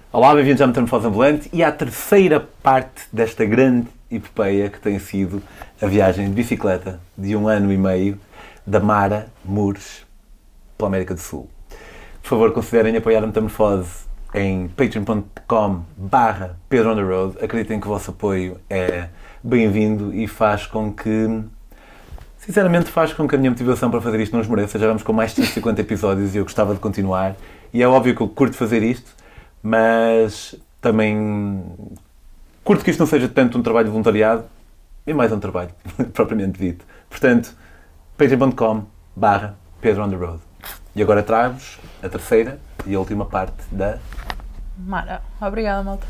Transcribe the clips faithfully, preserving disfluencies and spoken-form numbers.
Olá, bem-vindos à Metamorfose Ambulante e à terceira parte desta grande epopeia que tem sido a viagem de bicicleta de um ano e meio da Mara Moores pela América do Sul. Por favor, considerem apoiar a Metamorfose em patreon ponto com barra Pedro on the Road. Acreditem que o vosso apoio é bem-vindo e faz com que, sinceramente, faz com que a minha motivação para fazer isto não esmoreça. Já vamos com mais de cento e cinquenta episódios e eu gostava de continuar. E é óbvio que eu curto fazer isto, mas também curto que isto não seja tanto um trabalho de voluntariado e mais um trabalho propriamente dito. Portanto, patreon ponto com barra Pedro on the Road. E agora trago-vos a terceira e a última parte da... Mara. Obrigada, malta.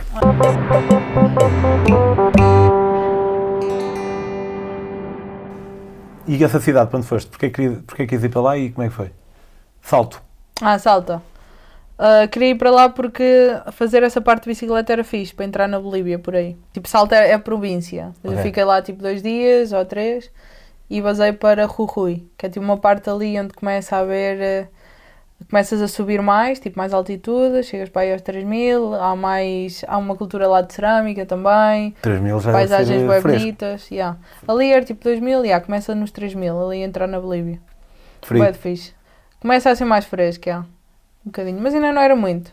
E essa cidade, para onde foste? Porquê que porquê quis ir para lá e como é que foi? Salto. Ah, Salta. Uh, queria ir para lá porque fazer essa parte de bicicleta era fixe, para entrar na Bolívia, por aí. Tipo, Salta é, é província. Okay. Eu fiquei lá tipo dois dias ou três e basei para Jujuy, que é tipo uma parte ali onde começa a haver... Uh, começas a subir mais, tipo mais altitude, chegas para aí aos três mil, há mais, há uma cultura lá de cerâmica também, três mil já paisagens bem bonitas, yeah. Ali era tipo dois mil, yeah, começa nos três mil, ali a entrar na Bolívia. Frio. Bem fixe. Começa a ser mais fresco, yeah. Um bocadinho, mas ainda não era muito.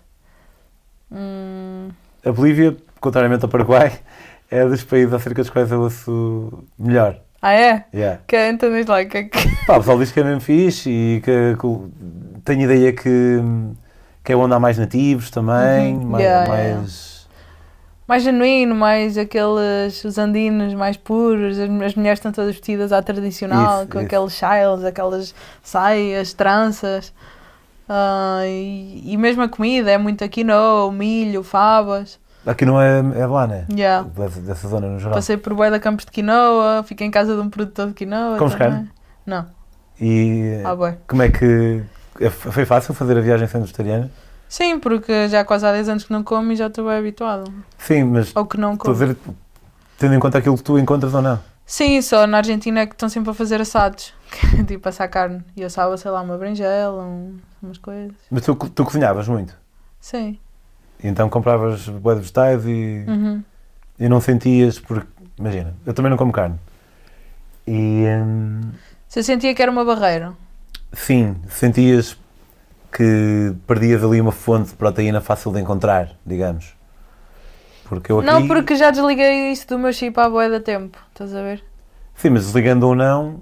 Hum... A Bolívia, contrariamente ao Paraguai, é dos países acerca dos quais eu ouço melhor. Ah, é? Yeah. Que, então diz lá, que, que... Pá, o pessoal diz que é mesmo fixe e que, que tenho ideia que, que é onde há mais nativos também, uhum. mais, yeah, mais... Yeah. mais genuíno, mais aqueles, os andinos mais puros, as, as mulheres estão todas vestidas à tradicional, isso, com isso. aqueles chales, aquelas saias, tranças, uh, e, e mesmo a comida é muito quinoa, milho, favas. Aqui não é, é lá, né? Yeah. Dessa, dessa zona no geral. Passei por bué de campos de quinoa, fiquei em casa de um produtor de quinoa. Comes também. carne? Não. E ah, bué. Como é que... Foi fácil fazer a viagem sendo vegetariana? Sim, porque já há quase há dez anos que não como e já estou bem habituado. Sim, mas... Ou que não como. Estou a dizer, tendo em conta aquilo que tu encontras ou não? Sim, só na Argentina é que estão sempre a fazer assados, tipo assar carne. E eu assava, sei lá, uma berinjela, um, umas coisas. Mas tu, tu cozinhavas muito? Sim. E então compravas bué de vegetais e, uhum. e não sentias, porque, imagina, eu também não como carne. E... Hum, Você sentia que era uma barreira? Sim, sentias que perdias ali uma fonte de proteína fácil de encontrar, digamos. Porque eu aqui... Não, porque já desliguei isso do meu chip à bué da tempo, estás a ver? Sim, mas desligando ou não...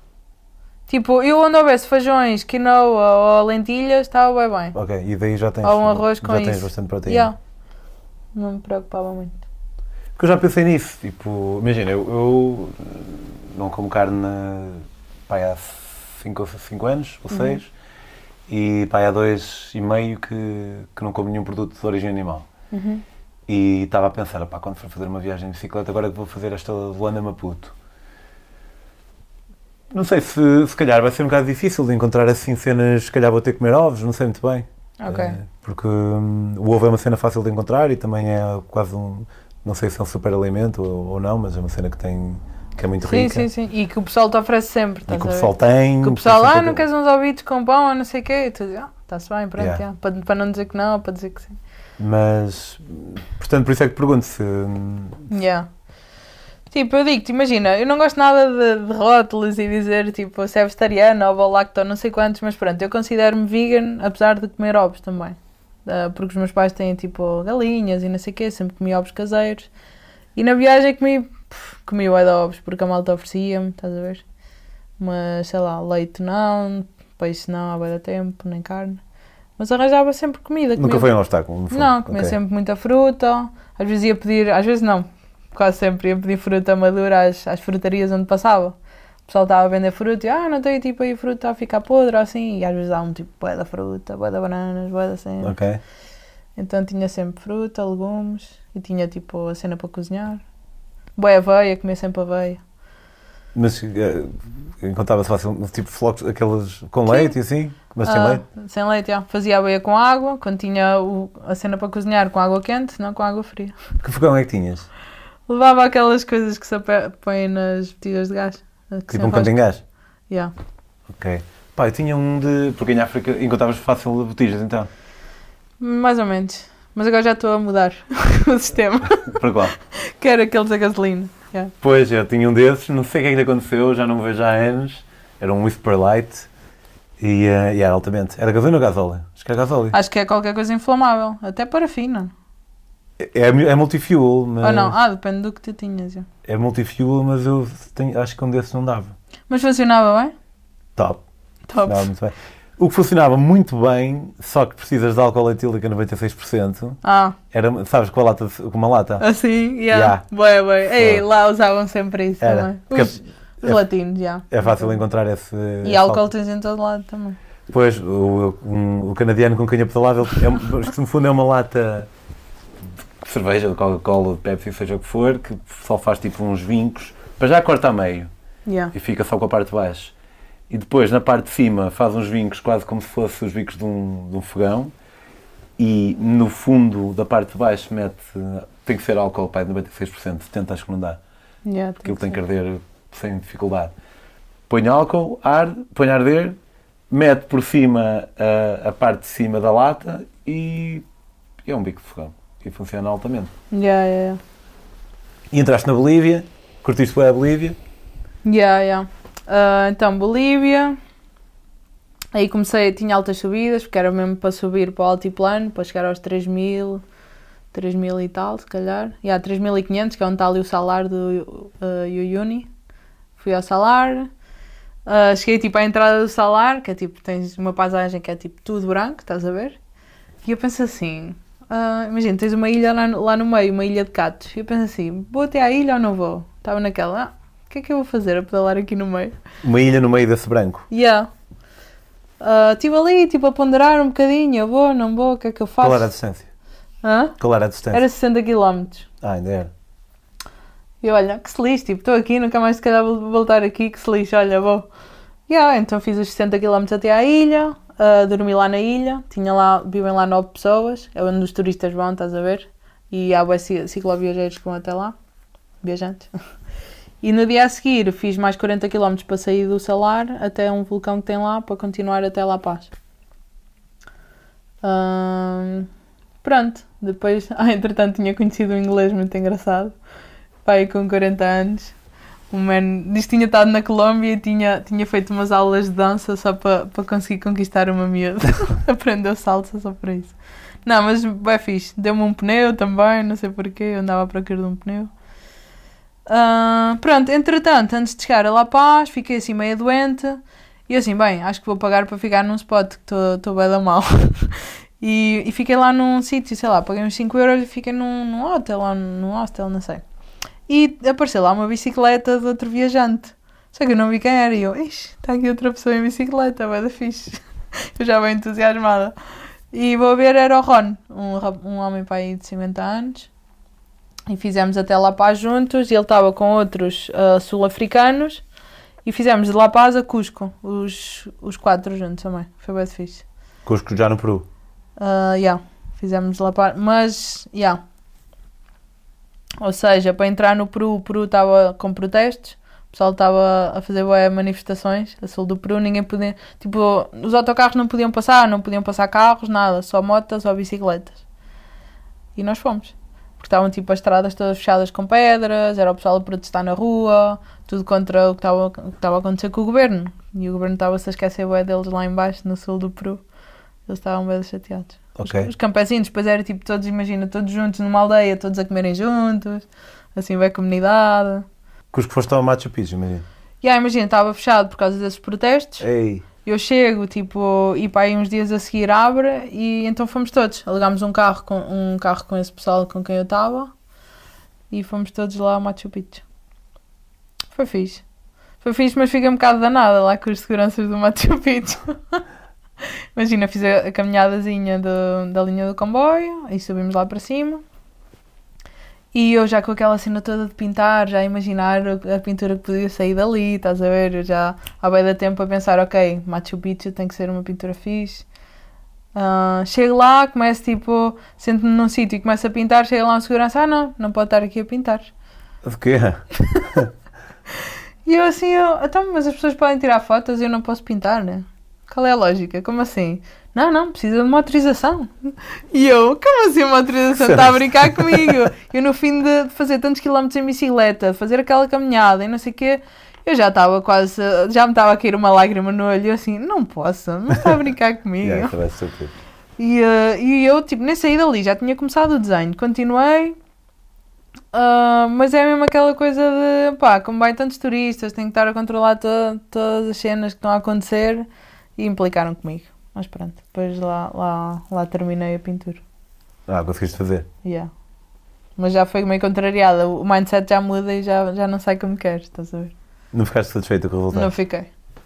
Tipo, eu onde houvesse feijões, quinoa ou lentilhas, estava bem bem. Ok, e daí já tens, ou um arroz com já isso. tens bastante proteína. Yeah. Não me preocupava muito. Porque eu já pensei nisso, tipo, imagina, eu, eu não como carne pá, há cinco anos ou seis uhum. e pá, há dois e meio que, que não como nenhum produto de origem animal. Uhum. E estava a pensar, pá, quando for fazer uma viagem de bicicleta, agora que vou fazer esta Luanda-Maputo. Não sei, se, se calhar vai ser um bocado difícil de encontrar assim cenas, se calhar vou ter que comer ovos, não sei muito bem. Ok. É, porque hum, o ovo é uma cena fácil de encontrar e também é quase um, não sei se é um super alimento ou, ou não, mas é uma cena que tem, que é muito sim, rica. Sim, sim, sim. E que o pessoal te oferece sempre, estás E que a o ver? pessoal tem. Que o pessoal, ah, não que... queres uns ovitos com pão ou não sei o quê? E tu dizes, ah, está-se bem, pronto, yeah. yeah. para, para não dizer que não, ou para dizer que sim. Mas, portanto, por isso é que pergunto se... Yeah. Tipo, eu digo-te, imagina, eu não gosto nada de, de rótulos e dizer, tipo, se é vegetariano ou vou lacto ou não sei quantos, mas pronto, eu considero-me vegan, apesar de comer ovos também. Uh, porque os meus pais têm, tipo, galinhas e não sei o quê, sempre comi ovos caseiros. E na viagem comi, pff, comi bué de ovos, porque a malta oferecia-me, estás a ver? Mas, sei lá, leite não, peixe não, há bué de tempo, nem carne. Mas arranjava sempre comida. Nunca comia... foi um obstáculo? No fundo. Não, comia okay. sempre muita fruta, às vezes ia pedir, às vezes não, quase sempre ia pedir fruta madura às, às frutarias onde passava. O pessoal estava a vender fruta e, ah, não tenho tipo aí fruta a ficar podre ou assim, e às vezes dá-me tipo bué da fruta, bué da bananas, bué da cena. Ok. Então tinha sempre fruta, legumes, e tinha tipo a cena para cozinhar. Bué aveia, comia sempre aveia. Mas uh, encontrava-se fácil, tipo flocos, aqueles com Sim. leite e assim? Mas sem ah, leite? Sem leite, já. Fazia aveia com água, quando tinha o, a cena para cozinhar com água quente, não com água fria. Que fogão é que tinhas? Levava aquelas coisas que se põem nas botijas de gás. Tipo um canto em gás? Yeah. Ok. Pá, eu tinha um de... Porque em África encontravas fácil botijas, então? Mais ou menos. Mas agora já estou a mudar o sistema. Para qual? Quero aqueles a gasolina. Yeah. Pois, eu tinha um desses, não sei o que é que lhe aconteceu, já não o vejo há anos. Era um Whisper Light e, uh, e era altamente. Era gasolina ou gasóleo? Acho que era gasóleo. Acho que é qualquer coisa inflamável. Até parafina. É, é multifuel, mas... Ou não? Ah, depende do que tu tinhas. Já. É multifuel, mas eu tenho, acho que um desses não dava. Mas funcionava bem? Top. Top. Funcionava muito bem. O que funcionava muito bem, só que precisas de álcool etílico a noventa e seis por cento, Ah. era, sabes, com, a lata, com uma lata? Assim, yeah. Yeah. Bué, bué. Ei, lá usavam sempre isso Era. também. Os, os é, latinos, já. É fácil encontrar esse... E esse álcool tens em todo lado também. Pois, o, um, o canadiano com quem eu pedalava, ele, é, no fundo é uma lata de cerveja, de Coca-Cola, de Pepsi, seja o que for, que só faz tipo uns vincos, para já corta a meio, Yeah. e fica só com a parte de baixo. E depois, na parte de cima, faz uns vincos quase como se fossem os vincos de um, de um fogão, e no fundo da parte de baixo mete, tem que ser álcool, pai, de noventa e seis por cento, setenta por cento acho que não dá, Yeah, aquilo que tem que ser. arder sem dificuldade. Põe álcool, arde, põe a arder, mete por cima a, a parte de cima da lata e é um bico de fogão. E funciona altamente. Yeah, yeah, yeah. E entraste na Bolívia, curtiste bem a Bolívia? Yeah, yeah. Uh, então, Bolívia. Aí comecei, tinha altas subidas, porque era mesmo para subir para o altiplano, para chegar aos três mil, três mil e tal, se calhar. E há três mil e quinhentos, que é onde está ali o salar do uh, Uyuni. Fui ao salar. Uh, cheguei tipo à entrada do salar, que é tipo, tens uma paisagem que é tipo tudo branco, estás a ver? E eu penso assim, uh, imagina, tens uma ilha lá no, lá no meio, uma ilha de catos. E eu penso assim, vou até à ilha ou não vou? Estava naquela, ah, o que é que eu vou fazer a pedalar aqui no meio? Uma ilha no meio desse branco. Yeah. Uh, estive ali, tipo, a ponderar um bocadinho, eu vou, não vou, o que é que eu faço? Qual era a distância? Hã? Qual era a distância? Era sessenta quilómetros. Ah, ainda era. E olha, que se lixe, tipo, estou aqui, nunca mais se calhar vou voltar aqui, que se lixe, olha, vou. E yeah, então fiz os sessenta quilómetros até à ilha, uh, dormi lá na ilha, tinha lá, vivem lá nove pessoas, é onde os turistas vão, estás a ver? E há bué ci- cicloviajeiros que vão até lá, viajantes. E no dia a seguir fiz mais quarenta quilómetros para sair do salar até um vulcão que tem lá, para continuar até La Paz. Ahn, pronto, depois, ah, entretanto tinha conhecido um inglês muito engraçado, pai com quarenta anos. O man diz que tinha estado na Colômbia e tinha, tinha feito umas aulas de dança só para para conseguir conquistar uma miúda. Aprendeu salsa só para isso. Não, mas bem fixe. Deu-me um pneu também, não sei porquê, eu andava à procura de um pneu. Ah, pronto, entretanto, antes de chegar a La Paz, fiquei assim meio doente. E eu assim, bem, acho que vou pagar para ficar num spot, que estou bem da mal. E, e fiquei lá num sítio, sei lá, paguei uns cinco euros e fiquei num, num hotel, lá num hostel, não sei. E apareceu lá uma bicicleta de outro viajante. Só que eu não vi quem era e eu, ixi, está aqui outra pessoa em bicicleta, vai da fixe. Eu já bem entusiasmada. E vou ver, era o Ron, um, rap- um homem para aí de cinquenta anos. E fizemos até La Paz juntos e ele estava com outros ah, sul-africanos. E fizemos de La Paz a Cusco, os, os quatro juntos também. Foi bem fixe. Cusco já no Peru. Uh, yeah, fizemos de La Paz, mas, yeah. Ou seja, para entrar no Peru, o Peru estava com protestos, o pessoal estava a fazer bué manifestações a sul do Peru, ninguém podia, tipo, os autocarros não podiam passar, não podiam passar carros, nada, só motas ou bicicletas. E nós fomos, porque estavam tipo as estradas todas fechadas com pedras, era o pessoal a protestar na rua, tudo contra o que estava, o que estava a acontecer com o governo, e o governo estava-se a esquecer bué deles lá em baixo, no sul do Peru. Eles estavam bem chateados. Ok. Os, os campesinos, depois era tipo todos, imagina, todos juntos numa aldeia, todos a comerem juntos, assim, bem comunidade. Cusco foste ao Machu Picchu, imagina. E aí, imagina, estava fechado por causa desses protestos. Ei. Eu chego, tipo, e para aí uns dias a seguir abre e então fomos todos. Alugámos um carro com, um carro com esse pessoal com quem eu estava e fomos todos lá ao Machu Picchu. Foi fixe. Foi fixe, mas fiquei um bocado danada lá com os seguranças do Machu Picchu. Imagina, fiz a, a caminhadazinha do, da linha do comboio e subimos lá para cima. E eu já com aquela cena toda de pintar, já a imaginar a, a pintura que podia sair dali, estás a ver? Eu já há bem da tempo a pensar, ok, Machu Picchu tem que ser uma pintura fixe. Uh, chego lá, começo tipo, sento-me num sítio e começo a pintar, chega lá um segurança, ah não, não pode estar aqui a pintar. De quê? E eu assim, eu, então, mas as pessoas podem tirar fotos e eu não posso pintar, né? Qual é a lógica? Como assim? não, não, precisa de uma autorização. E eu, como assim uma autorização? Está a brincar comigo. Eu no fim de fazer tantos quilómetros em bicicleta, fazer aquela caminhada e não sei o quê, eu já estava quase, já me estava a cair uma lágrima no olho, eu assim, não posso, não está a brincar comigo. Yeah, vai ser tudo. E, uh, e eu, tipo, nem saí dali, já tinha começado o desenho, continuei, uh, mas é mesmo aquela coisa de, pá, como vai tantos turistas, tenho que estar a controlar to todas as cenas que estão a acontecer e implicaram comigo. Mas pronto, depois lá, lá, lá terminei a pintura. Ah, conseguiste fazer? Yeah. Mas já foi meio contrariada, o mindset já muda e já, já não sai como queres, estás a ver? Não ficaste satisfeito com o resultado? Não fiquei.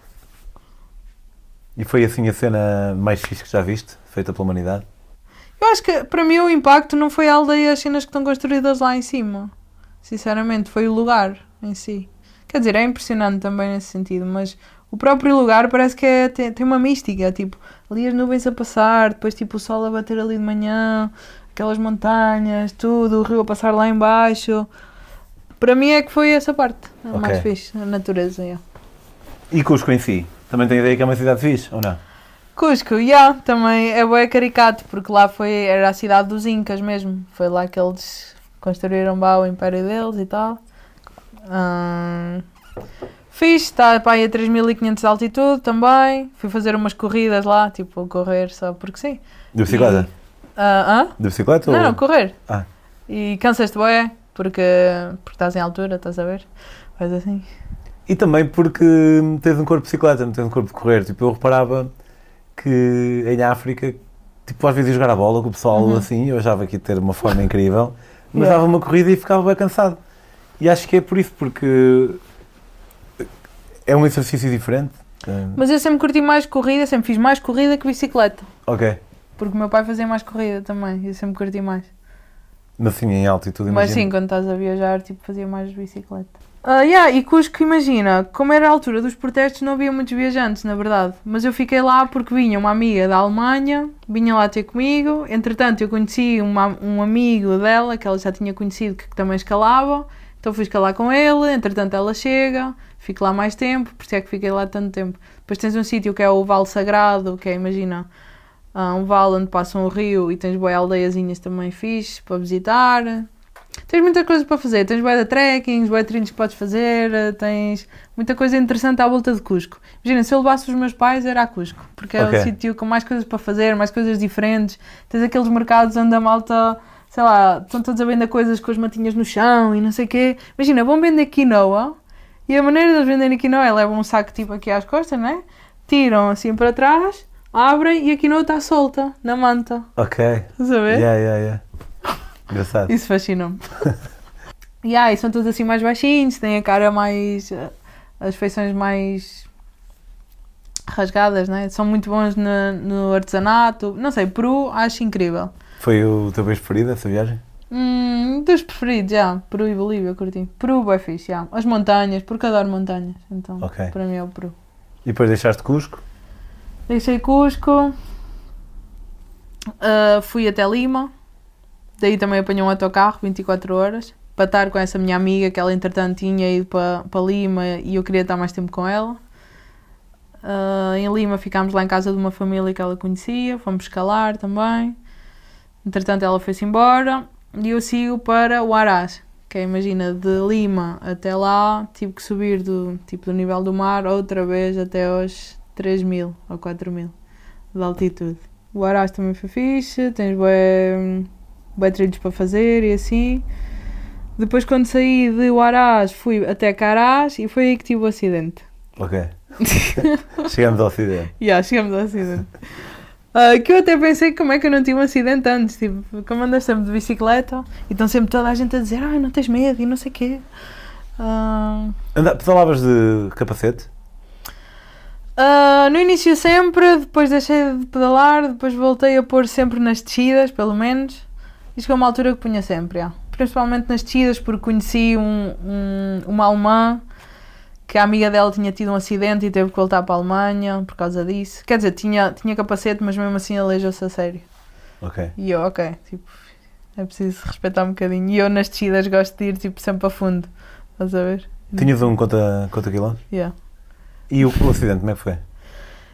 E foi assim a cena mais fixe que já viste, feita pela humanidade? Eu acho que para mim o impacto não foi a aldeia, as cenas que estão construídas lá em cima. Sinceramente, foi o lugar em si. Quer dizer, é impressionante também nesse sentido, mas o próprio lugar parece que é, tem, tem uma mística, tipo, ali as nuvens a passar, depois tipo o sol a bater ali de manhã, aquelas montanhas, tudo, o rio a passar lá em baixo. Para mim é que foi essa parte, a Okay. mais fixe, a natureza. Yeah. E Cusco em si? Também tem ideia que é uma cidade fixe, ou não? Cusco, yeah, também é bué caricato, porque lá foi, era a cidade dos Incas mesmo, foi lá que eles construíram lá o império deles e tal. Hum, fixe, está para aí a três mil e quinhentos de altitude também, fui fazer umas corridas lá, tipo correr só porque sim. De bicicleta? Ah, hã? De bicicleta? Não, ou... não, correr. Ah. E cansas-te bué, porque, porque estás em altura, estás a ver? Faz assim. E também porque tens um corpo de bicicleta, não tens um corpo de correr. Tipo, eu reparava que em África, tipo, às vezes ia jogar a bola com o pessoal Uhum. assim, eu achava que ia ter uma forma incrível, mas Yeah. dava uma corrida e ficava bem cansado. E acho que é por isso, porque é um exercício diferente. Mas eu sempre curti mais corrida, sempre fiz mais corrida que bicicleta. Ok. Porque o meu pai fazia mais corrida também, eu sempre curti mais. Mas sim, em altitude, Mas imagino. sim, quando estás a viajar, tipo, fazia mais bicicleta. Ah, yeah, e Cusco, imagina, como era a altura dos protestos, não havia muitos viajantes, na verdade. Mas eu fiquei lá porque vinha uma amiga da Alemanha, vinha lá ter comigo. Entretanto, eu conheci uma, um amigo dela, que ela já tinha conhecido, que também escalava. Então fui escalar com ele, entretanto ela chega, fico lá mais tempo, por isso é que fiquei lá tanto tempo. Depois tens um sítio que é o Vale Sagrado, que é, imagina, ah, um vale onde passam o rio e tens boas aldeiazinhas também fixe para visitar. Tens muitas coisas para fazer, tens bué de trekkings, bué de trilhos que podes fazer, tens muita coisa interessante à volta de Cusco. Imagina, se eu levasse os meus pais era a Cusco, porque é Ok. o sítio com mais coisas para fazer, mais coisas diferentes. Tens aqueles mercados onde a malta, sei lá, estão todos a vender coisas com as matinhas no chão e não sei o quê. Imagina, vão vender quinoa e a maneira de eles venderem quinoa é levam um saco tipo aqui às costas, né? Tiram assim para trás, abrem e a quinoa está solta na manta. Ok. Estás a ver? Yeah, yeah, yeah. Engraçado. Isso fascinou-me. E aí, são todos assim mais baixinhos, têm a cara mais. eh, as feições mais rasgadas, né? São muito bons no, no artesanato. Não sei, Peru acho incrível. Foi o teu beijo preferido essa viagem? Hum, dos preferidos, já. Peru e Bolívia, curti. Peru é fixe, já. As montanhas, porque adoro montanhas. Então, Ok. para mim é o Peru. E depois deixaste Cusco? Deixei Cusco. ah, fui até Lima. Daí também apanhei um autocarro, vinte e quatro horas, para estar com essa minha amiga, que ela entretanto tinha ido para, para Lima e eu queria estar mais tempo com ela. Ah, em Lima ficámos lá em casa de uma família que ela conhecia, fomos escalar também. Entretanto ela foi-se embora e eu sigo para Huaraz, que é, imagina, de Lima até lá, tive que subir do, tipo, do nível do mar outra vez até aos três mil ou quatro mil de altitude. Huaraz também foi fixe, tens bué, bué trilhos para fazer e assim. Depois, quando saí de Huaraz, fui até Carás e foi aí que tive o acidente. Ok. Chegamos ao acidente. Já, chegamos ao acidente. Ah, que eu até pensei como é que eu não tive um acidente antes, tipo, como andas sempre de bicicleta e estão sempre toda a gente a dizer, ai, não tens medo e não sei o quê. Ah, Anda, pedalavas de capacete? ah, no início sempre, depois deixei de pedalar, depois voltei a pôr sempre nas descidas, pelo menos. Isto foi uma altura que punha sempre, já. Principalmente nas descidas, porque conheci um, um, uma alemã que a amiga dela tinha tido um acidente e teve que voltar para a Alemanha por causa disso. Quer dizer, tinha, tinha capacete, mas mesmo assim aleijou-se a sério. Ok. E eu, ok, tipo, é preciso respeitar um bocadinho. E eu nas descidas gosto de ir tipo, sempre a fundo, estás a ver? Tinhas um conta, conta quilómetros? Yeah. E o, o acidente, como é que foi?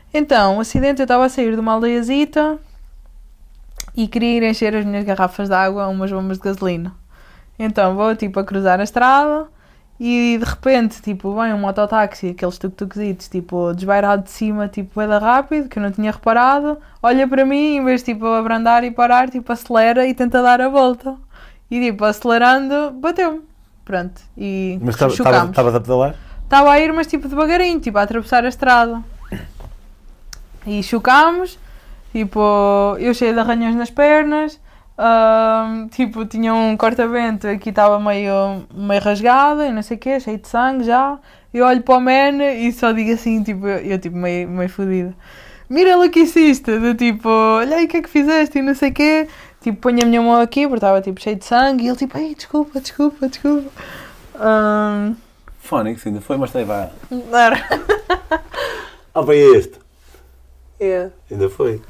Então, o acidente, eu estava a sair de uma aldeiazita e queria ir encher as minhas garrafas de água a umas bombas de gasolina. Então vou tipo a cruzar a estrada e de repente tipo vem um mototáxi, aqueles tuk-tukzitos, tipo desvairado de cima, tipo é rápido, que eu não tinha reparado, olha para mim, em vez de tipo abrandar e parar, tipo acelera e tenta dar a volta. E tipo acelerando, bateu-me. Pronto. E Mas tava- chocámos. tava- estavas a pedalar? Estava a ir, mas tipo devagarinho, tipo a atravessar a estrada. E chocámos, tipo, eu cheio de arranhões nas pernas, ahm, tipo, tinha um corta-vento, aqui estava meio, meio rasgado e não sei o quê, cheio de sangue já. Eu olho para o man e só digo assim, tipo, eu, eu, tipo, meio, meio fodida. Mira lá que hiciste, do tipo, olha aí o que é que fizeste e não sei o quê. Tipo, ponho a minha mão aqui, porque estava tipo cheio de sangue e ele tipo, ei, desculpa, desculpa, desculpa. Ahm, Fónix, ainda foi, mas vá. não era. Ah, foi este. Yeah. Ainda foi.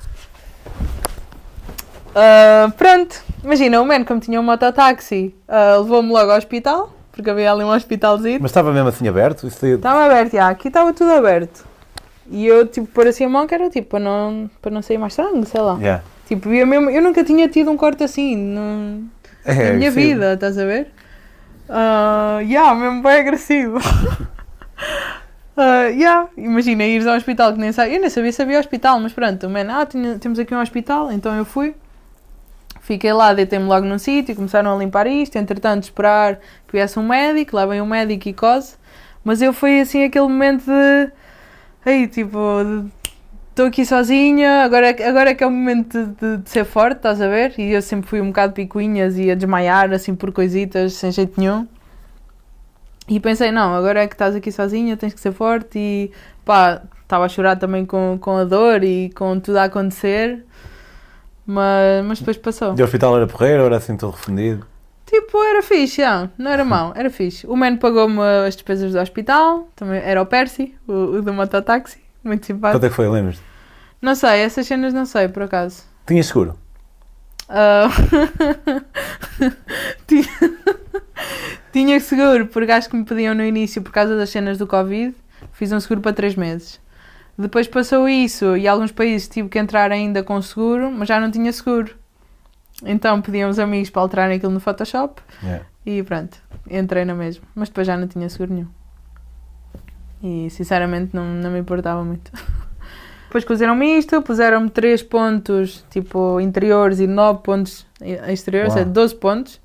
Ah, pronto, imagina, o man, como tinha um mototáxi, ah, levou-me logo ao hospital, porque havia ali um hospitalzinho. Mas estava mesmo assim aberto? Isso aí- Estava aberto, já, aqui estava tudo aberto. E eu, tipo, pôr assim a mão que era, tipo, para não, para não sair mais sangue, sei lá. Yeah. Tipo, eu, mesmo, eu nunca tinha tido um corte assim no, É, na minha sim. vida, estás a ver? Ah, yeah, mesmo bem agressivo. Uh, yeah, imagina, ires ao hospital que nem sabia, eu nem sabia se havia hospital, mas pronto, o man, ah, tinha- temos aqui um hospital, então eu fui, fiquei lá, deitei-me logo num sítio, começaram a limpar isto, entretanto esperar que viesse um médico, lá vem um médico e cose, mas eu fui assim aquele momento de, aí tipo, estou aqui sozinha, agora, é- agora é que é o momento de, de- de ser forte, estás a ver? E eu sempre fui um bocado picuinhas e a desmaiar assim por coisitas, sem jeito nenhum. E pensei, não, agora é que estás aqui sozinha, tens que ser forte e pá, estava a chorar também com, com a dor e com tudo a acontecer, mas, mas depois passou. E o hospital era porreiro ou era assim todo refundido? Tipo, era fixe, já, não era mau, era fixe. O man pagou-me as despesas do hospital, também era o Percy, o, o do mototáxi, muito simpático. Quanto é que foi, lembras-te? Não sei, essas cenas não sei, por acaso. Tinhas seguro? Ah, Tinha... Tinha seguro, porque acho que me pediam no início por causa das cenas do Covid. Fiz um seguro para três meses. Depois passou isso e alguns países tive que entrar ainda com seguro, mas já não tinha seguro. Então pediam os amigos para alterarem aquilo no Photoshop Yeah. e pronto, entrei na mesma. Mas depois já não tinha seguro nenhum. E sinceramente não, não me importava muito. Depois cozeram-me isto, puseram-me três pontos tipo interiores e nove pontos exteriores, Uau. é doze pontos.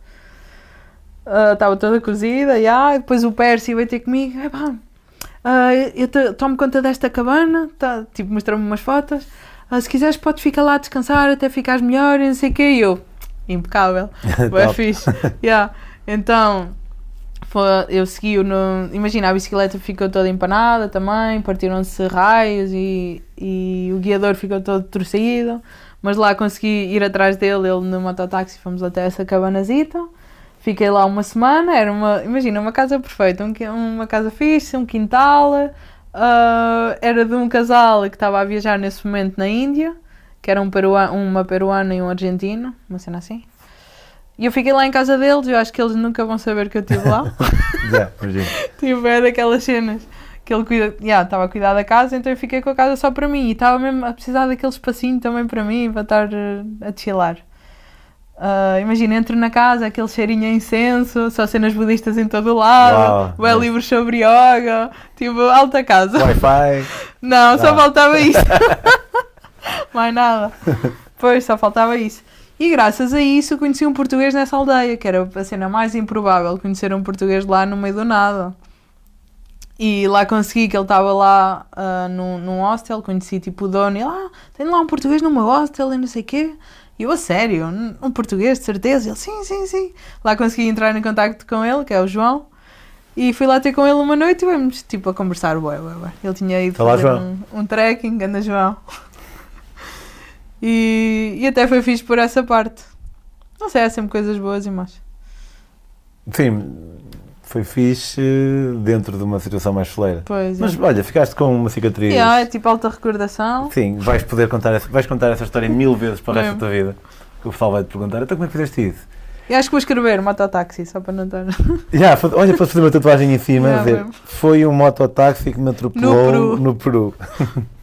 Estava toda cozida, yeah. E depois o Percy veio ter comigo, é pá, ah, eu te- tomo conta desta cabana, tá, tipo, mostrou-me umas fotos, ah, se quiseres podes ficar lá a descansar até ficares melhor e não sei o quê, e eu, impecável, bem Top. fixe, yeah. Então, foi, eu segui-o no, imagina, a bicicleta ficou toda empanada também, partiram-se raios e, e o guiador ficou todo torcido, mas lá consegui ir atrás dele, ele no mototáxi, fomos até essa cabanazita. Fiquei lá uma semana, era uma, imagina, uma casa perfeita, um, qui- uma casa fixe, um quintal, ah, era de um casal que estava a viajar nesse momento na Índia, que era um perua, uma peruana e um argentino, uma cena assim. E eu fiquei lá em casa deles, eu acho que eles nunca vão saber que eu estive lá. Já, imagino. Tipo, é daquelas cenas que ele cuida, yeah, estava a cuidar da casa, então eu fiquei com a casa só para mim e estava mesmo a precisar daquele espacinho também para mim, para estar eh, a chilar. Ah, imagina, entro na casa, aquele cheirinho a incenso, só cenas budistas em todo o lado, Uau, bué nice. livros sobre yoga, tipo, alta casa. Wi-Fi. Não, só Ah. faltava isso. Mais nada. Pois, só faltava isso. E graças a isso conheci um português nessa aldeia, que era a cena mais improvável, conhecer um português lá no meio do nada. E lá consegui que ele estava lá ah, num, num hostel, conheci tipo o dono, e ele, ah, tem lá um português num meu hostel e não sei o quê. E eu, a sério, um um português, de certeza? Ele, sim, sim, sim. Lá consegui entrar em contacto com ele, que é o João, e fui lá ter com ele uma noite e vamos tipo a conversar, ué, ué, ué. Ele tinha ido Olá, fazer João. um, um trekking, anda João. E, e até foi fixe por essa parte. Não sei, há sempre coisas boas e más. Sim, foi fixe dentro de uma situação mais foleira. Pois, Mas é. olha, ficaste com uma cicatriz. Yeah, é tipo alta recordação. Sim, vais poder contar essa, vais contar essa história mil vezes para o resto Mesmo. da tua vida. O pessoal vai te perguntar, então como é que fizeste isso? E acho que vou escrever mototáxi, só para não estar. Já, fa- olha, podes fazer uma tatuagem em cima, Já, a dizer, mesmo. foi um mototáxi que me atropelou No Peru. no Peru.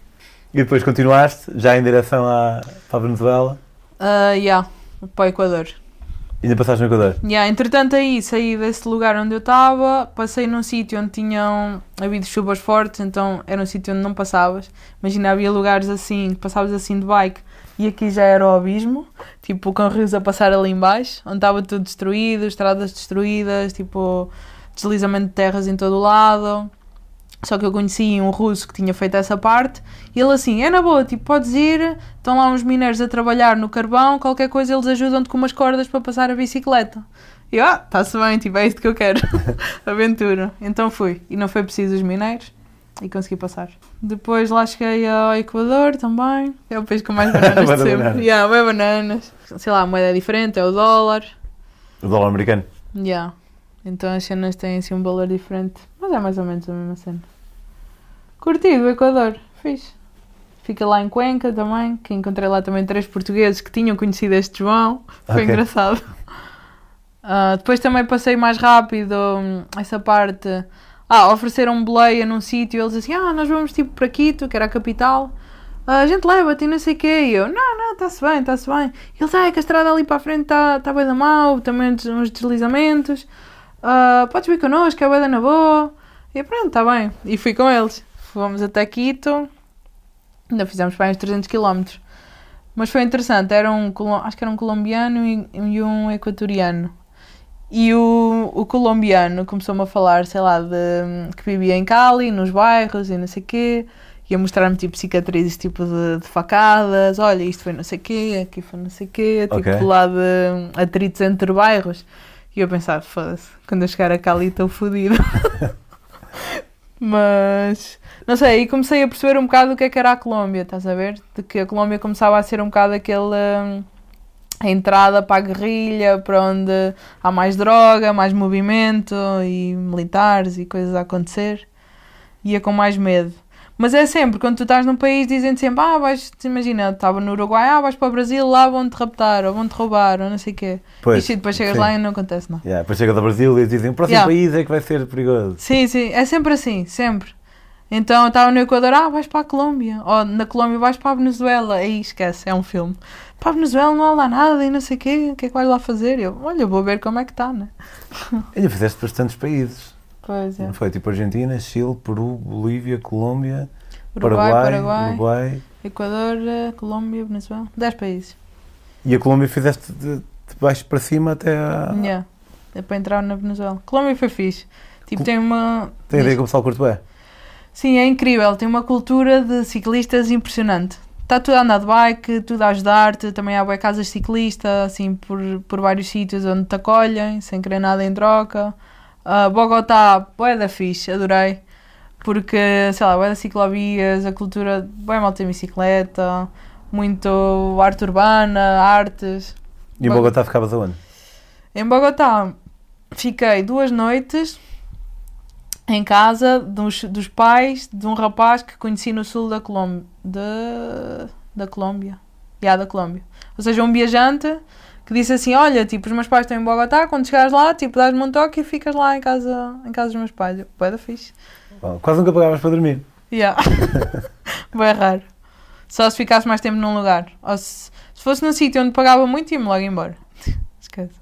E depois continuaste, já em direção à, para a Venezuela? Uh, yeah, para o Equador. E ainda passaste no Equador? Yeah, entretanto aí saí desse lugar onde eu estava, passei num sítio onde tinham havido chuvas fortes, então era um sítio onde não passavas. Imagina, havia lugares assim, que passavas assim de bike e aqui já era o abismo, tipo com rios a passar ali em baixo, onde estava tudo destruído, estradas destruídas, tipo deslizamento de terras em todo o lado. Só que eu conheci um russo que tinha feito essa parte e ele assim, é na boa, tipo, podes ir, estão lá uns mineiros a trabalhar no carvão, qualquer coisa eles ajudam-te com umas cordas para passar a bicicleta. E eu, ah, está-se bem, tipo, é isto que eu quero, aventura. Então fui, e não foi preciso os mineiros e consegui passar. Depois lá cheguei ao Equador também, é o país com mais bananas de sempre. Bananas. Yeah, bem bananas. Sei lá, a moeda é diferente, é o dólar. O dólar americano? Yeah. Então as cenas têm assim um valor diferente, mas é mais ou menos a mesma cena. Curtido o Equador, fixe. Fica lá em Cuenca também, que encontrei lá também três portugueses que tinham conhecido este João, foi Ok. engraçado. Uh, depois também passei mais rápido hum, essa parte. Ah, ofereceram boleia num sítio, eles assim, ah, nós vamos tipo para Quito, que era a capital. Ah, a gente leva-te e não sei o quê. E eu, não, não, está-se bem, está-se bem. Eles, ah, é que a estrada ali para a frente está tá bem da mal, também uns- uns deslizamentos. Ah, podes vir connosco, é bué da na boa. E eu, pronto, está bem. E fui com eles. Fomos até Quito, ainda fizemos para aí uns trezentos quilómetros. Mas foi interessante, era um, colo- acho que era um colombiano e, e um equatoriano. E o, o colombiano começou-me a falar, sei lá, de, que vivia em Cali, nos bairros e não sei o quê. E a mostrar-me tipo cicatrizes tipo de, de facadas. Olha, isto foi não sei o quê, aqui foi não sei o quê. Tipo Ok. lá de atritos entre bairros. E eu pensava, foda-se, quando eu chegar a Cali estou fodido. Mas, não sei, aí comecei a perceber um bocado o que é que era a Colômbia, estás a ver? De que a Colômbia começava a ser um bocado aquele... hum, a entrada para a guerrilha, para onde há mais droga, mais movimento e militares e coisas a acontecer. Ia com mais medo. Mas é sempre, quando tu estás num país, dizem sempre, ah, vais, imagina, estava no Uruguai, ah, vais para o Brasil, lá vão-te raptar, ou vão-te roubar, ou não sei o quê. Pois, e depois chegas sim. lá e não acontece nada. Yeah, depois chega do Brasil e dizem, o próximo Yeah. país é que vai ser perigoso. Sim, sim, é sempre assim, sempre. Então eu estava no Equador, ah, vais para a Colômbia. Ou na Colômbia vais para a Venezuela. Aí esquece, é um filme. Para a Venezuela não há lá nada e não sei o quê, o que é que vais lá fazer? Eu, olha, vou ver como é que está, né? Ainda fizeste bastantes países. Pois é. Não foi tipo Argentina, Chile, Peru, Bolívia, Colômbia, Uruguai, Paraguai, Paraguai, Uruguai. Equador, eh, Colômbia, Venezuela. dez países. E a Colômbia fizeste de, de baixo para cima até a... Yeah. É para entrar na Venezuela. Colômbia foi fixe. Tipo, tem uma... Tem a ver com o pessoal curto é? Sim, é incrível. Tem uma cultura de ciclistas impressionante. Está tudo a andar de bike, tudo a ajudar-te. Também há bué casas de ciclista, assim, por, por vários sítios onde te acolhem, sem querer nada em troca. Uh, Bogotá, bué da fixe, adorei. Porque, sei lá, bué da ciclovias, a cultura, bué malta em bicicleta, muito arte urbana, artes. E em Bogotá ficavas aonde? Em Bogotá fiquei duas noites em casa dos, dos pais de um rapaz que conheci no sul da Colômbia. De, da Colômbia. Yeah, da Colômbia. Ou seja, um viajante que disse assim, olha, tipo, os meus pais estão em Bogotá, quando chegares lá, tipo, dás-me um toque e ficas lá em casa, em casa dos meus pais. Eu, bué da fixe. Bom, quase nunca pagavas para dormir. Yeah. Bué raro. Só se ficasse mais tempo num lugar. Ou se, se fosse num sítio onde pagava muito, ia-me logo embora. Esquece.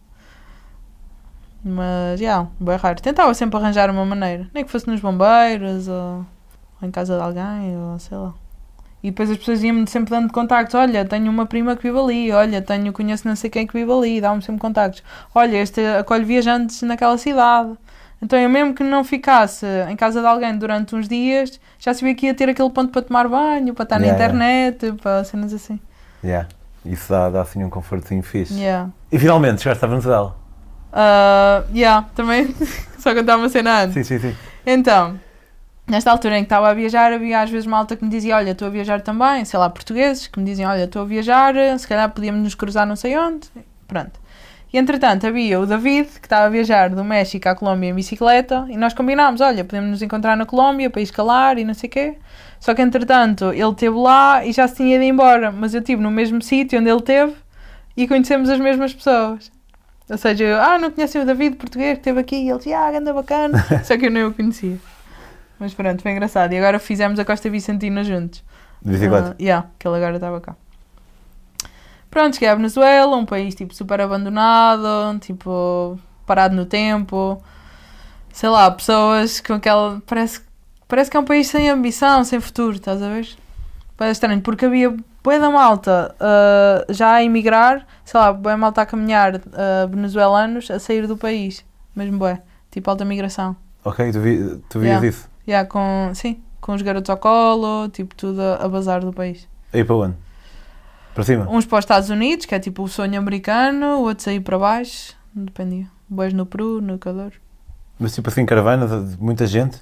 Mas, já, yeah, bem raro. Tentava sempre arranjar uma maneira. Nem que fosse nos bombeiros, ou, ou em casa de alguém, ou sei lá. E depois as pessoas iam-me sempre dando contactos. Olha, tenho uma prima que vive ali. Olha, tenho, conheço não sei quem que vive ali. Dá-me sempre contactos. Olha, este acolhe viajantes naquela cidade. Então eu mesmo que não ficasse em casa de alguém durante uns dias, já sabia que ia ter aquele ponto para tomar banho, para estar Yeah, na internet, para cenas assim. Yeah. Isso dá, dá assim um confortinho fixe. Yeah. E finalmente chegaste à Venezuela. Uh, yeah, também só contar uma cena antes. Sim, sim, sim. Então, nesta altura em que estava a viajar, havia às vezes malta que me dizia, olha, estou a viajar também, sei lá, portugueses, que me diziam, olha, estou a viajar, se calhar podíamos nos cruzar não sei onde, pronto. E entretanto havia o David, que estava a viajar do México à Colômbia em bicicleta, e nós combinámos, olha, podemos nos encontrar na Colômbia para ir escalar e não sei o quê. Só que entretanto ele esteve lá e já se tinha ido embora, mas eu estive no mesmo sítio onde ele esteve e conhecemos as mesmas pessoas. Ou seja, eu, ah, não conhecem o David, português, que esteve aqui, e ele dizia, ah, anda bacana, só que eu nem o conhecia. Mas pronto, foi engraçado. E agora fizemos a Costa Vicentina juntos. De bicicleta? Uh, yeah, que ele agora estava cá. Pronto, cheguei à Venezuela, um país tipo super abandonado, tipo parado no tempo, sei lá, pessoas com aquela, parece, parece que é um país sem ambição, sem futuro, estás a ver? Parece estranho, porque havia bué da malta uh, já a emigrar, sei lá, bué malta a caminhar, uh, venezuelanos a sair do país, mesmo bué, tipo alta migração. Ok, tu, vi, tu vias Yeah. isso? Yeah, com, sim, com os garotos ao colo, tipo tudo a, a bazar do país. Aí para onde? Para cima? Uns para os Estados Unidos, que é tipo o sonho americano, outros aí para baixo, dependia. Bois no Peru, no Equador. Mas tipo assim, caravana de, de muita gente?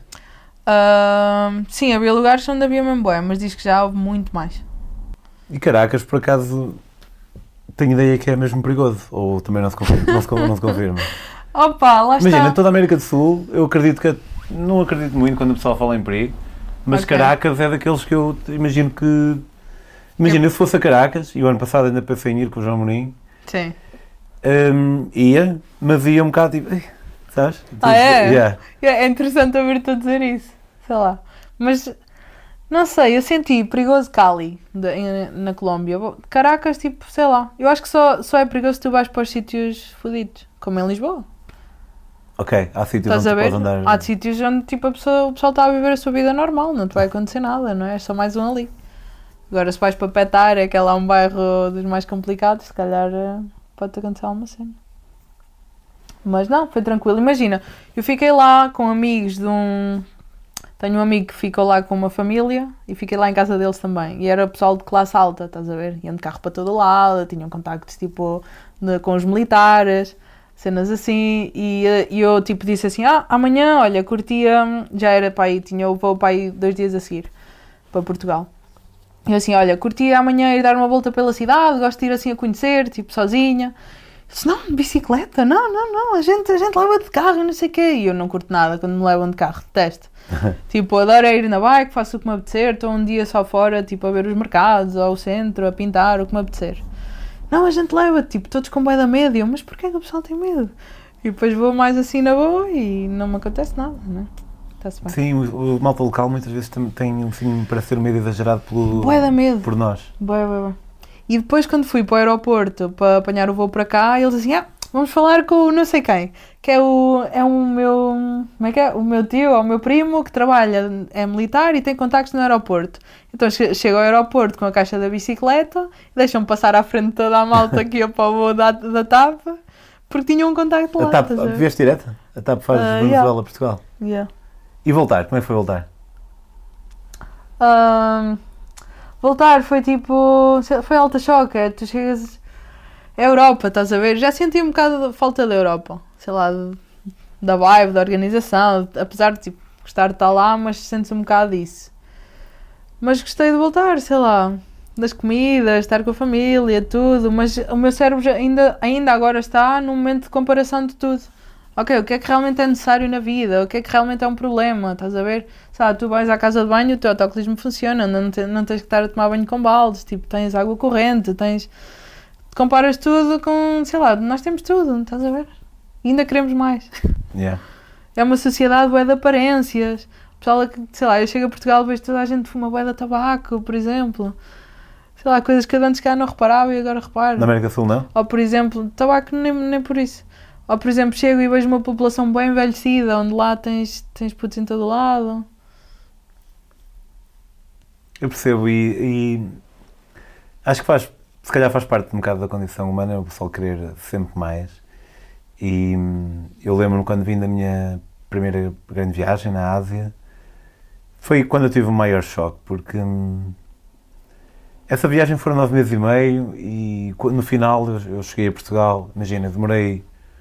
Uh, sim, havia lugares onde havia mesmo bué, mas diz que já houve muito mais. E Caracas, por acaso, tenho ideia que é mesmo perigoso, ou também não se confirma? Não se, não se confirma. Opa, lá Imagina, está. em toda a América do Sul, eu acredito que, não acredito muito quando o pessoal fala em perigo, mas Ok. Caracas é daqueles que eu imagino que... Imagina, eu se fosse a Caracas, e o ano passado ainda pensei em ir com o João Mourinho, Sim. hum, ia, mas ia um bocado tipo, "Ei", sabes? Ah, é? Yeah. É interessante ouvir-te a dizer isso. Sei lá. Mas, não sei, eu senti perigoso Cali, de- em- na Colômbia. Caracas, tipo, sei lá. Eu acho que só, só é perigoso se tu vais para os sítios fodidos, como em Lisboa. Ok, há sítios Estás onde a tu ver? podes andar... Há sítios onde tipo, a pessoa, o pessoal está a viver a sua vida normal, não te vai acontecer nada, não é? É só mais um ali. Agora, se vais para Petar, é que é lá um bairro dos mais complicados, se calhar eh, pode-te acontecer alguma cena. Mas não, foi tranquilo. Imagina, eu fiquei lá com amigos de um... Tenho um amigo que ficou lá com uma família e fiquei lá em casa deles também. E era pessoal de classe alta, estás a ver? Iam de carro para todo lado, tinham contactos tipo de- com os militares, cenas assim. E, eh, e eu tipo disse assim, ah, amanhã, olha, curtia... Já era para aí, tinha o voo para aí dois dias a seguir, para Portugal. E eu assim, olha, curtia amanhã ir dar uma volta pela cidade, gosto de ir assim a conhecer, tipo, sozinha. Eu disse, não, bicicleta, não, não, não, a gente, a gente leva de carro, não sei o quê. E eu não curto nada quando me levam de carro, detesto. Tipo, adoro é ir na bike, faço o que me apetecer, estou um dia só fora, tipo, a ver os mercados, ou o centro, a pintar, o que me apetecer. Não, a gente leva, tipo, todos com bué da medo. E eu, mas porquê que o pessoal tem medo? E depois vou mais assim na boa e não me acontece nada, não é? Está-se bem. Sim, o, o malta local muitas vezes tem, tem assim, parece ter um medo exagerado pelo, Bué da medo. por nós. Bué, bué, bué. E depois quando fui para o aeroporto para apanhar o voo para cá, eles assim, ah, vamos falar com o não sei quem, que é o, é o meu, como é que é? O meu tio, ou o meu primo, que trabalha, é militar e tem contactos no aeroporto. Então che- chego ao aeroporto com a caixa da bicicleta, deixam-me passar à frente de toda a malta que ia para o voo da, da TAP, porque tinham um contacto lá. A TAP, estás a ver? vieste direta? A TAP faz Ah, Venezuela, yeah. Portugal. Yeah. E voltar, como é que foi voltar? Ahm, voltar foi tipo. Foi alta choque. É, tu chegas. É Europa, estás a ver? Já senti um bocado de falta da Europa. Sei lá, de- da vibe, da organização. Apesar de tipo, gostar de estar lá, mas sentes um bocado disso. Mas gostei de voltar, sei lá. Das comidas, estar com a família, tudo. Mas o meu cérebro já ainda, ainda agora está num momento de comparação de tudo. Ok, o que é que realmente é necessário na vida? O que é que realmente é um problema? Estás a ver? Sabe, tu vais à casa de banho, o teu autocolismo funciona, não, te- não tens que estar a tomar banho com baldes, tipo, tens água corrente, tens... Comparas tudo com, sei lá, nós temos tudo, estás a ver? E ainda queremos mais. Yeah. É uma sociedade bué de aparências. O pessoal, é que, sei lá, eu chego a Portugal e vejo toda a gente fuma bué de tabaco, por exemplo. Sei lá, coisas que eu antes cá não reparava e agora reparo. Na América do Sul não? Ou, por exemplo, tabaco nem, nem por isso. Ou, por exemplo, chego e vejo uma população bem envelhecida, onde lá tens, tens putos em todo lado. Eu percebo e, e acho que faz, se calhar faz parte um bocado da condição humana o pessoal querer sempre mais. E hum, eu lembro-me quando vim da minha primeira grande viagem na Ásia, foi quando eu tive o maior choque, porque hum, essa viagem foram nove meses e meio e qu- no final eu, eu cheguei a Portugal, imagina, demorei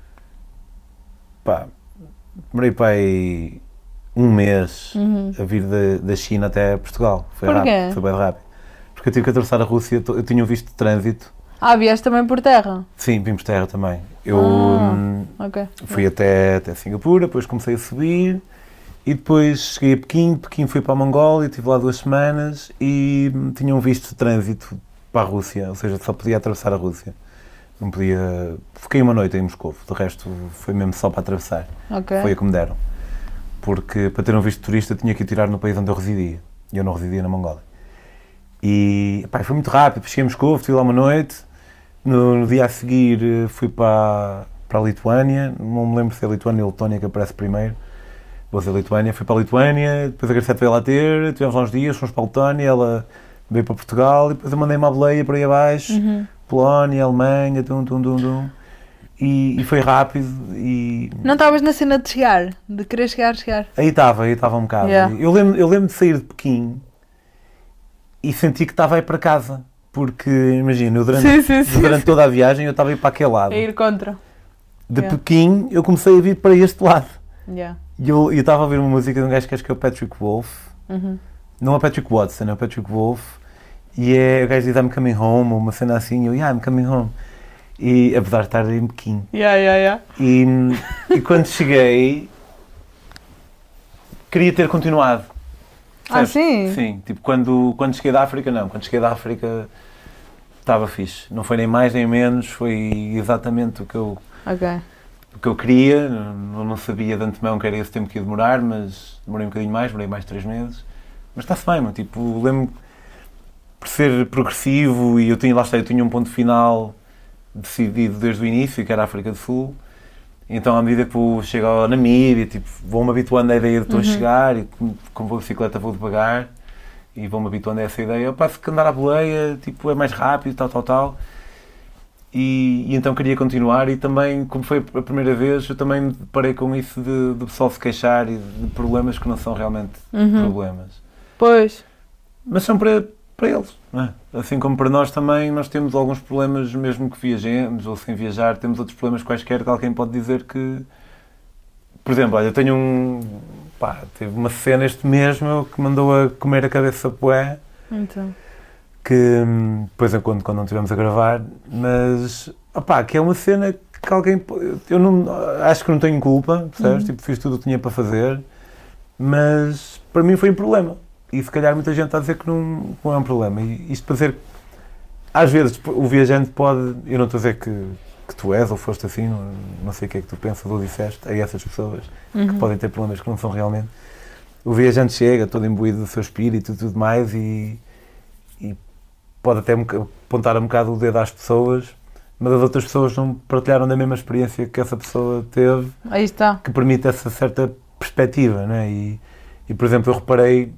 pá, demorei para aí um mês Uhum. a vir da, da China até Portugal. Foi Porquê? rápido, foi bem rápido. Porque eu tive que atravessar a Rússia, eu tinha um visto de trânsito. Ah, vieste também por terra? Sim, vim por terra também. Eu Ah. hum, Ok. fui até, até Singapura, depois comecei a subir e depois cheguei a Pequim, Pequim fui para a Mongólia, estive lá duas semanas e hum, tinha um visto de trânsito para a Rússia, ou seja, só podia atravessar a Rússia. Não podia... Fiquei uma noite em Moscou, de resto foi mesmo só para atravessar. Ok. Foi a que me deram. Porque para ter um visto de turista tinha que o tirar no país onde eu residia. E eu não residia na Mongólia. E pá, foi muito rápido, cheguei a Moscou, fui lá uma noite, no, no dia a seguir eh, fui para, para a Lituânia, não me lembro se é a Lituânia ou a Letónia que aparece primeiro, vou dizer a Lituânia, fui para a Lituânia, depois a Gracete veio lá ter, tivemos lá uns dias, fomos para a Letónia, ela veio para Portugal e depois eu mandei uma boleia para aí abaixo, Uhum. Polónia, Alemanha, tum, tum, tum, tum. E, e foi rápido e... Não estavas na cena de chegar, de querer chegar, chegar. Aí estava, aí estava um bocado. Yeah. Eu lembro, eu lembro de sair de Pequim e senti que estava a ir para casa. Porque, imagina, eu durante, Sim, sim, sim. durante toda a viagem eu estava a ir para aquele lado. A ir contra. De Yeah. Pequim eu comecei a vir para este lado. Yeah. E eu eu estava a ouvir uma música de um gajo que acho que é o Patrick Wolf. Uhum. Não é o Patrick Watson, é o Patrick Wolf. E é, o gajo diz I'm coming home, ou uma cena assim. E eu, yeah, I'm coming home. E apesar de estar em Pequim. Yeah, yeah, yeah. E, e quando cheguei, queria ter continuado. Ah, Percebes? sim? Sim, tipo, quando, quando cheguei da África, não. Quando cheguei da África, estava fixe. Não foi nem mais nem menos, foi exatamente o que eu, Ok. o que eu queria. Não, não sabia de antemão que era esse tempo que ia demorar, mas demorei um bocadinho mais, demorei mais de três meses. Mas está-se bem, mano. Tipo, lembro-me por ser progressivo e eu tinha, lá está, eu tinha um ponto final decidido desde o início, que era a África do Sul. Então, à medida que vou chegar ao Namíbia, tipo, vou-me habituando à ideia de estou Uhum. a chegar e como, como vou de bicicleta vou devagar e vou-me habituando a essa ideia. Eu passo que andar à boleia, tipo, é mais rápido, tal, tal, tal. E, e então queria continuar e também, como foi a primeira vez, eu também me deparei com isso de, de pessoal se queixar e de problemas que não são realmente Uhum. problemas. Pois. Mas são para, para eles, não é? Assim como para nós também, nós temos alguns problemas, mesmo que viajemos ou sem viajar, temos outros problemas quaisquer que alguém pode dizer que... Por exemplo, olha, eu tenho um... Pá, teve uma cena este mesmo que mandou a comer a cabeça poé, Então. que hum, depois eu conto quando não estivemos a gravar, mas, opá, que é uma cena que alguém... Eu não, acho que não tenho culpa, percebes? Uhum. Tipo, fiz tudo o que tinha para fazer, mas para mim foi um problema. E se calhar muita gente está a dizer que não, não é um problema. E isto para dizer, às vezes o viajante pode, eu não estou a dizer que, que tu és ou foste assim, não, não sei o que é que tu pensas ou disseste a essas pessoas Uhum. que podem ter problemas que não são realmente. O viajante chega todo imbuído do seu espírito e tudo mais e, e pode até um boca- apontar um bocado o dedo às pessoas, mas as outras pessoas não partilharam da mesma experiência que essa pessoa teve, Aí está. que permite essa certa perspectiva, né? E, e por exemplo, eu reparei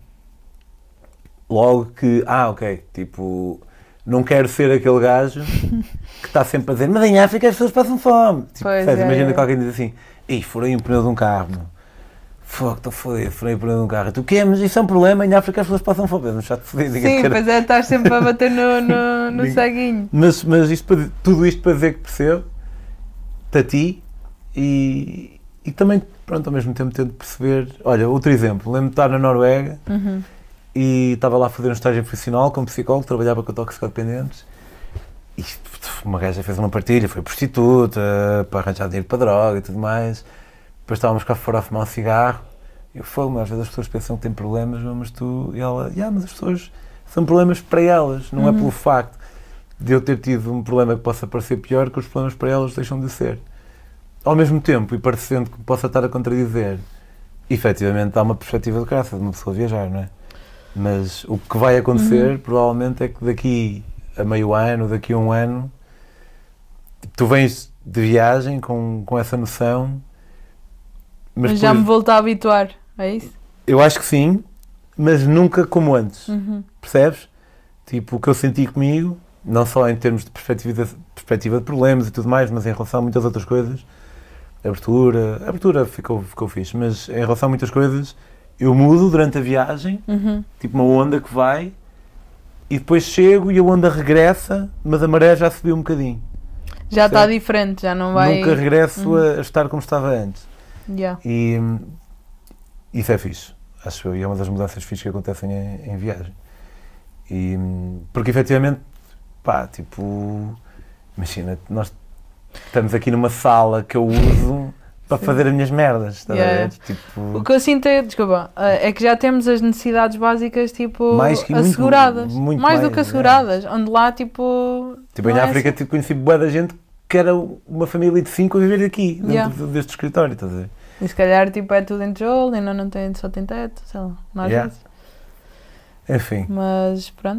logo que, ah, ok, tipo, não quero ser aquele gajo que está sempre a dizer, mas em África as pessoas passam fome. Tipo, Pois sabes, é, imagina é. que alguém diz assim, ei, furei um pneu de um carro, meu. Fogo, estou fodido, furei o pneu de um carro. Tu quê? Mas isso é um problema, em África as pessoas passam fome. Não chato fodido, ninguém Sim, quer- pois é, estás sempre a bater no, no, no Ninguém- ceguinho. Mas, mas isto para- tudo isto para dizer que percebo, a ti, e, e também, pronto, ao mesmo tempo tento perceber. Olha, outro exemplo, lembro-me de estar na Noruega Uhum. e estava lá a fazer um estágio profissional como psicólogo, trabalhava com toxicodependentes. E uma gaja fez uma partilha, foi prostituta, para arranjar dinheiro para droga e tudo mais. Depois estávamos cá fora a fumar um cigarro. Eu falo, mas às vezes as pessoas pensam que têm problemas, mas tu. E ela, yeah, mas as pessoas são problemas para elas, não Uhum. é pelo facto de eu ter tido um problema que possa parecer pior que os problemas para elas deixam de ser. Ao mesmo tempo, e parecendo que possa estar a contradizer, efetivamente há uma perspectiva de graça de uma pessoa viajar, não é? Mas o que vai acontecer, Uhum. provavelmente, é que daqui a meio ano, daqui a um ano, tu vens de viagem com, com essa noção, mas Mas já depois- me volto a habituar, é isso? eu acho que sim, mas nunca como antes, Uhum. percebes? tipo, o que eu senti comigo, não só em termos de perspectiva de, perspectiva de problemas e tudo mais, mas em relação a muitas outras coisas, abertura, abertura ficou, ficou fixe, mas em relação a muitas coisas, eu mudo durante a viagem, Uhum. tipo uma onda que vai, e depois chego e a onda regressa, mas a maré já subiu um bocadinho. Já está Certo. diferente, já não vai... Nunca regresso Uhum. a, a estar como estava antes. Yeah. E hum, isso é fixe, acho eu, e é uma das mudanças fixes que acontecem em, em viagem. E, hum, porque efetivamente, pá, tipo, imagina, nós estamos aqui numa sala que eu uso para Sim. fazer as minhas merdas, estás Yeah. a ver? Tipo, O que eu sinto é, desculpa, é que já temos as necessidades básicas, tipo, Mais que- muito- asseguradas. muito mais do mais, que asseguradas. Onde lá, tipo... tipo em não é África, assim. tipo, conheci bué da gente que era uma família de cinco a viver aqui, dentro Yeah. deste escritório, estás a ver? E se calhar, tipo, é tudo em tijolo, ainda não tem, só tem teto, sei lá, não às Yeah. vezes. Enfim, Mas, pronto,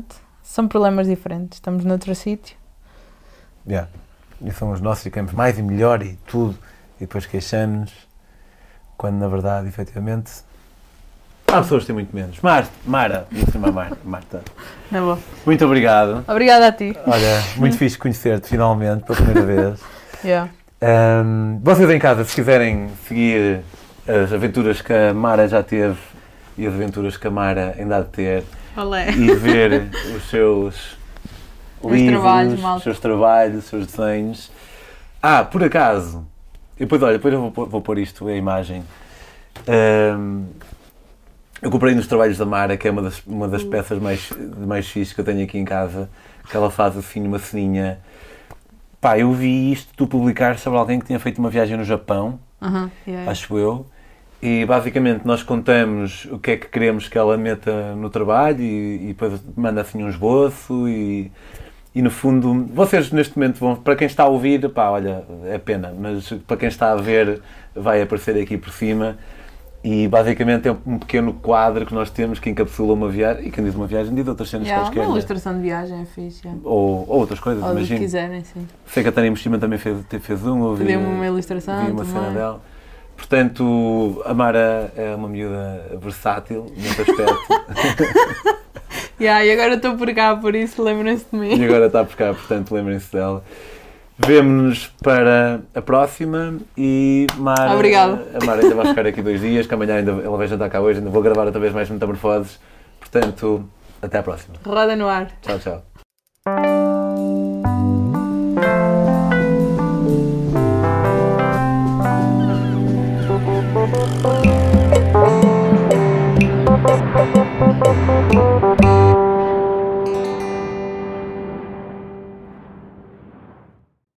são problemas diferentes. Estamos noutro sítio. Yeah. E são os nossos e queremos mais e melhor e tudo. E depois queixamos-nos, quando na verdade, efetivamente, há pessoas que têm muito menos. Mar, Mara, vou chamar Mar, Marta. Na boa. Muito obrigado. Obrigada a ti. Olha, muito fixe conhecer-te finalmente, pela primeira vez. Yeah. Um, vocês em casa, se quiserem seguir as aventuras que a Mara já teve e as aventuras que a Mara ainda há de ter, Olé. e ver os seus Os livros, trabalhos, malta. os seus trabalhos, os seus desenhos. Ah, por acaso, e depois, olha, depois eu vou, pôr- vou pôr isto, a imagem. Um, eu comprei nos trabalhos da Mara, que é uma das, uma das peças mais, mais fixes que eu tenho aqui em casa, que ela faz assim uma ceninha. Pá, eu vi isto tu publicar sobre alguém que tinha feito uma viagem no Japão, Uhum. Yeah. acho eu, e basicamente nós contamos o que é que queremos que ela meta no trabalho e, e depois manda assim um esboço e, e no fundo, vocês neste momento vão, para quem está a ouvir, pá, olha, é pena, mas para quem está a ver vai aparecer aqui por cima e basicamente é um pequeno quadro que nós temos que encapsula uma viagem, e quem diz uma viagem diz outras cenas Yeah, quaisquer, uma né? ilustração de viagem é fixe. Yeah. ou, ou outras coisas, Ou do que imagino. quiserem, sim. Sei que a Tânia Mochima também fez, fez um, ouvi, Deu-me uma ilustração vi uma cena também. dela. Portanto, a Mara é uma miúda versátil nesse aspecto Yeah, e agora estou por cá, por isso lembrem-se de mim. e agora está por cá, portanto lembrem-se dela. Vemo-nos para a próxima e Mara, Obrigada. a Mara ainda vai ficar aqui dois dias, que amanhã ainda, ela vai jantar cá hoje, ainda vou gravar outra vez mais metamorfoses. Portanto, até à próxima. Roda no ar. Tchau, tchau.